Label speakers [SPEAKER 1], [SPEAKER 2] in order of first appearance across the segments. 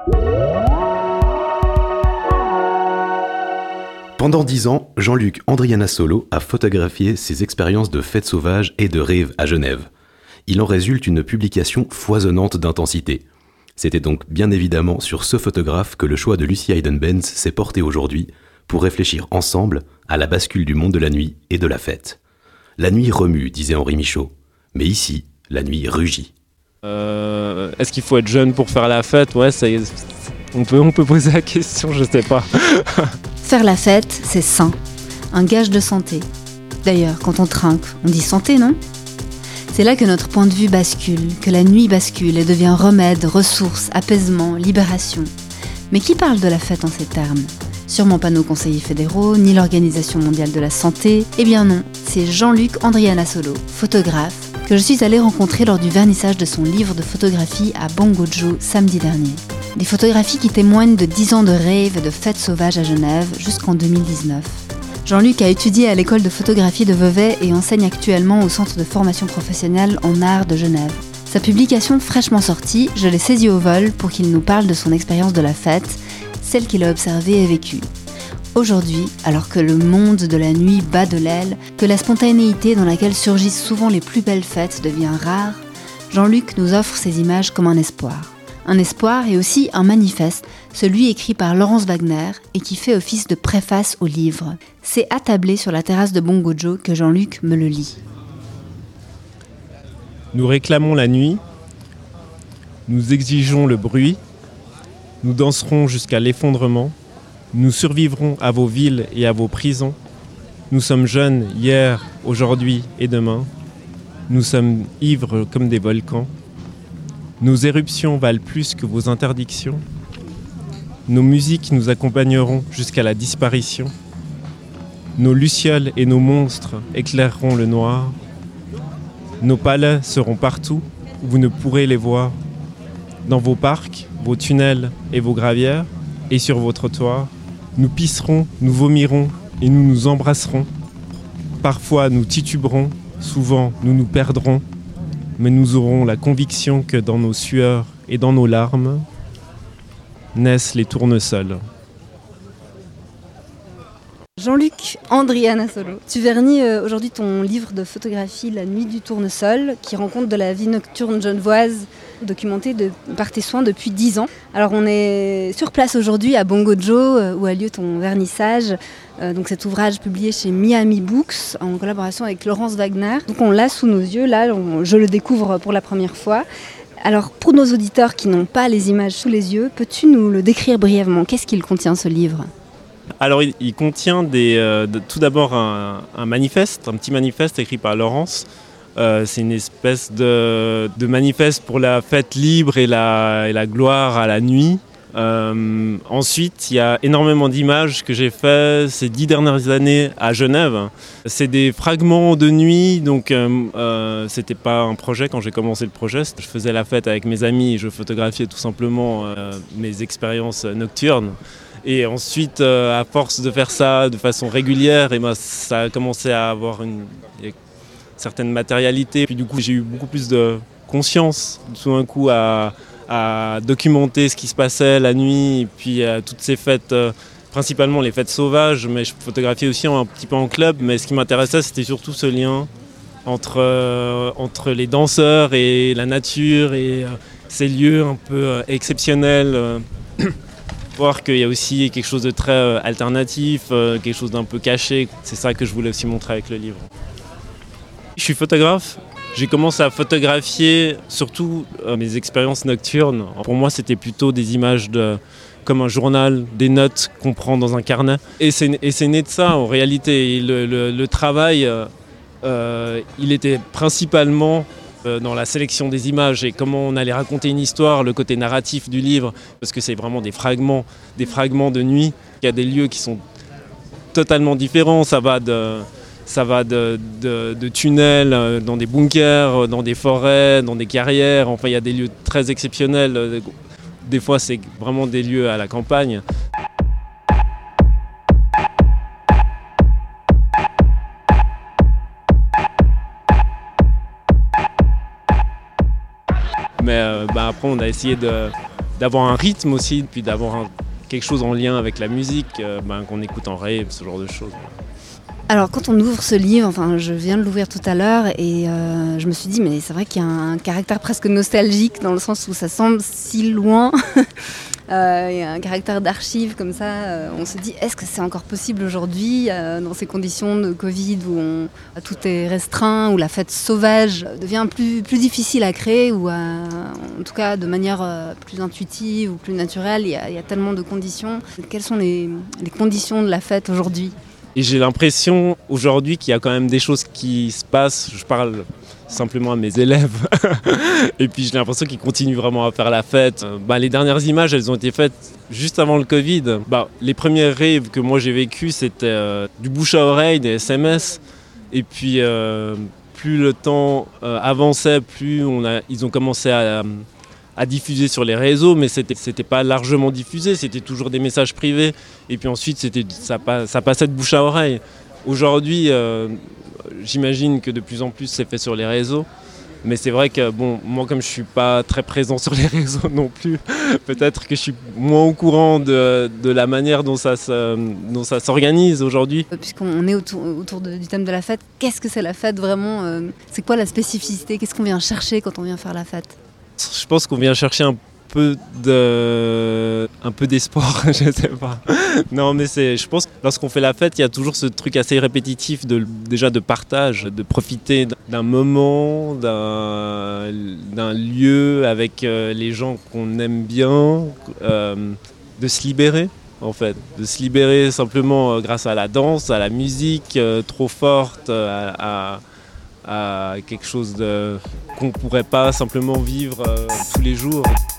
[SPEAKER 1] Pendant 10 ans, Jean-Luc Andrianassolo a photographié ses expériences de fêtes sauvages et de rave à Genève. Il en résulte une publication foisonnante d'intensité. C'était donc bien évidemment sur ce photographe que le choix de Lucy Hayden-Benz s'est porté aujourd'hui pour réfléchir ensemble à la bascule du monde de la nuit et de la fête. La nuit remue, disait Henri Michaud, mais ici, la nuit rugit.
[SPEAKER 2] Est-ce qu'il faut être jeune pour faire la fête ? Ouais, ça y est, on peut poser la question, je sais pas.
[SPEAKER 3] Faire la fête, c'est sain, un gage de santé. D'ailleurs, quand on trinque, on dit santé, non ? C'est là que notre point de vue bascule, que la nuit bascule et devient remède, ressource, apaisement, libération. Mais qui parle de la fête en ces termes ? Sûrement pas nos conseillers fédéraux, ni l'Organisation mondiale de la santé. Eh bien non, c'est Jean-Luc Andrianassolo, photographe, que je suis allée rencontrer lors du vernissage de son livre de photographie à Bongo Joe samedi dernier. Des photographies qui témoignent de 10 ans de rave et de fêtes sauvages à Genève jusqu'en 2019. Jean-Luc a étudié à l'école de photographie de Vevey et enseigne actuellement au centre de formation professionnelle en art de Genève. Sa publication fraîchement sortie, je l'ai saisi au vol pour qu'il nous parle de son expérience de la fête, celle qu'il a observée et vécue. Aujourd'hui, alors que le monde de la nuit bat de l'aile, que la spontanéité dans laquelle surgissent souvent les plus belles fêtes devient rare, Jean-Luc nous offre ces images comme un espoir. Un espoir et aussi un manifeste, celui écrit par Laurence Wagner et qui fait office de préface au livre. C'est attablé sur la terrasse de Bongo Joe que Jean-Luc me le lit.
[SPEAKER 2] Nous réclamons la nuit, nous exigeons le bruit, nous danserons jusqu'à l'effondrement, nous survivrons à vos villes et à vos prisons. Nous sommes jeunes hier, aujourd'hui et demain. Nous sommes ivres comme des volcans. Nos éruptions valent plus que vos interdictions. Nos musiques nous accompagneront jusqu'à la disparition. Nos lucioles et nos monstres éclaireront le noir. Nos palais seront partout où vous ne pourrez les voir. Dans vos parcs, vos tunnels et vos gravières, et sur vos trottoirs, nous pisserons, nous vomirons et nous nous embrasserons. Parfois nous tituberons, souvent nous nous perdrons. Mais nous aurons la conviction que dans nos sueurs et dans nos larmes naissent les tournesols.
[SPEAKER 3] Jean-Luc Andrianassolo, tu vernis aujourd'hui ton livre de photographie La nuit du tournesol, qui rend compte de la vie nocturne genevoise documentée par tes soins depuis 10 ans. Alors on est sur place aujourd'hui à Bongo Joe, où a lieu ton vernissage. Donc cet ouvrage publié chez Miami Books en collaboration avec Laurence Wagner. Donc on l'a sous nos yeux, là je le découvre pour la première fois. Alors pour nos auditeurs qui n'ont pas les images sous les yeux, peux-tu nous le décrire brièvement ? Qu'est-ce qu'il contient ce livre ?
[SPEAKER 2] Alors il contient tout d'abord un manifeste, un petit manifeste écrit par Laurence. C'est une espèce de manifeste pour la fête libre et la gloire à la nuit. Ensuite, il y a énormément d'images que j'ai fait ces 10 dernières années à Genève. C'est des fragments de nuit, donc c'était pas un projet quand j'ai commencé le projet. Je faisais la fête avec mes amis et je photographiais tout simplement mes expériences nocturnes. Et ensuite, à force de faire ça de façon régulière, ça a commencé à avoir une certaine matérialité. Puis du coup, j'ai eu beaucoup plus de conscience tout d'un coup à documenter ce qui se passait la nuit. Et puis toutes ces fêtes, principalement les fêtes sauvages, mais je photographiais aussi un petit peu en club. Mais ce qui m'intéressait, c'était surtout ce lien entre les danseurs et la nature et ces lieux un peu exceptionnels. Voir qu'il y a aussi quelque chose de très alternatif, quelque chose d'un peu caché. C'est ça que je voulais aussi montrer avec le livre. Je suis photographe. J'ai commencé à photographier surtout mes expériences nocturnes. Pour moi, c'était plutôt des images comme un journal, des notes qu'on prend dans un carnet. Et c'est né de ça en réalité. Et le travail, il était principalement dans la sélection des images et comment on allait raconter une histoire, le côté narratif du livre, parce que c'est vraiment des fragments de nuit. Il y a des lieux qui sont totalement différents, ça va de tunnels dans des bunkers, dans des forêts, dans des carrières, enfin il y a des lieux très exceptionnels. Des fois c'est vraiment des lieux à la campagne. Mais après on a essayé de d'avoir un rythme aussi, puis d'avoir quelque chose en lien avec la musique qu'on écoute en rave, ce genre de choses.
[SPEAKER 3] Alors quand on ouvre ce livre, je viens de l'ouvrir tout à l'heure et je me suis dit mais c'est vrai qu'il y a un caractère presque nostalgique dans le sens où ça semble si loin. Il y a un caractère d'archive comme ça. On se dit est-ce que c'est encore possible aujourd'hui dans ces conditions de Covid où tout est restreint, où la fête sauvage devient plus difficile à créer ou en tout cas de manière plus intuitive ou plus naturelle. Il y a tellement de conditions. Quelles sont les conditions de la fête aujourd'hui ?
[SPEAKER 2] Et j'ai l'impression aujourd'hui qu'il y a quand même des choses qui se passent. Je parle simplement à mes élèves. Et puis j'ai l'impression qu'ils continuent vraiment à faire la fête. Les dernières images, elles ont été faites juste avant le Covid. Les premières raves que moi j'ai vécues, c'était du bouche à oreille, des SMS. Et puis plus le temps avançait, plus ils ont commencé à diffuser sur les réseaux, mais c'était pas largement diffusé, c'était toujours des messages privés. Et puis ensuite, ça passait de bouche à oreille. Aujourd'hui, j'imagine que de plus en plus, c'est fait sur les réseaux. Mais c'est vrai que, moi, comme je suis pas très présent sur les réseaux non plus, peut-être que je suis moins au courant de la manière dont ça s'organise aujourd'hui.
[SPEAKER 3] Puisqu'on est autour du thème de la fête, qu'est-ce que c'est la fête vraiment ? C'est quoi la spécificité ? Qu'est-ce qu'on vient chercher quand on vient faire la fête ?
[SPEAKER 2] Je pense qu'on vient chercher un peu d'espoir, je sais pas. Non, mais je pense que lorsqu'on fait la fête, il y a toujours ce truc assez répétitif déjà de partage, de profiter d'un moment, d'un lieu avec les gens qu'on aime bien, de se libérer. En fait, de se libérer simplement grâce à la danse, à la musique trop forte, à quelque chose qu'on ne pourrait pas simplement vivre tous les jours.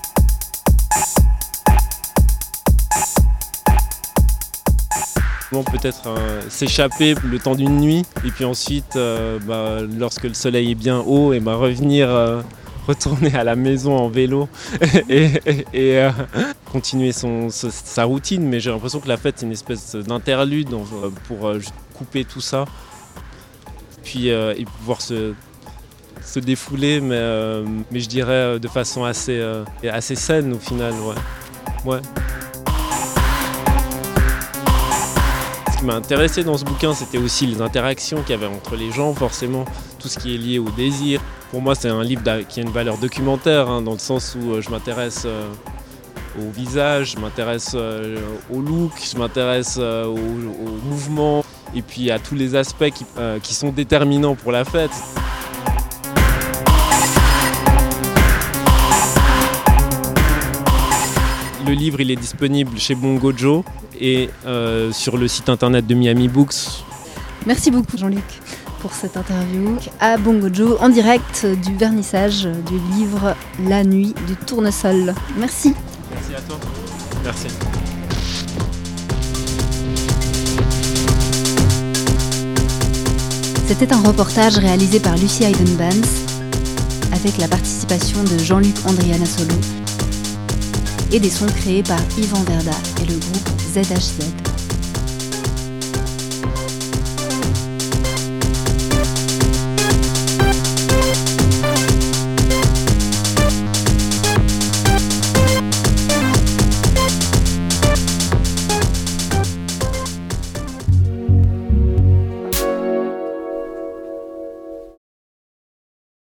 [SPEAKER 2] Peut-être s'échapper le temps d'une nuit et puis ensuite, lorsque le soleil est bien haut, et revenir retourner à la maison en vélo et continuer sa routine. Mais j'ai l'impression que la fête, c'est une espèce d'interlude pour couper tout ça. Puis et pouvoir se défouler, mais je dirais de façon assez saine au final. Ouais. Ce qui m'a intéressé dans ce bouquin, c'était aussi les interactions qu'il y avait entre les gens, forcément, tout ce qui est lié au désir. Pour moi, c'est un livre qui a une valeur documentaire, dans le sens où je m'intéresse au visage, je m'intéresse au look, je m'intéresse au mouvement, et puis à tous les aspects qui sont déterminants pour la fête. Le livre, il est disponible chez Bongo Joe et sur le site internet de Miami Books.
[SPEAKER 3] Merci beaucoup Jean-Luc pour cette interview à Bongo Joe en direct du vernissage du livre La Nuit du Tournesol. Merci.
[SPEAKER 2] Merci à toi. Merci.
[SPEAKER 3] C'était un reportage réalisé par Lucie Hayden-Bans avec la participation de Jean-Luc Andriana Solo et des sons créés par Yvan Verda et le groupe ZHZ.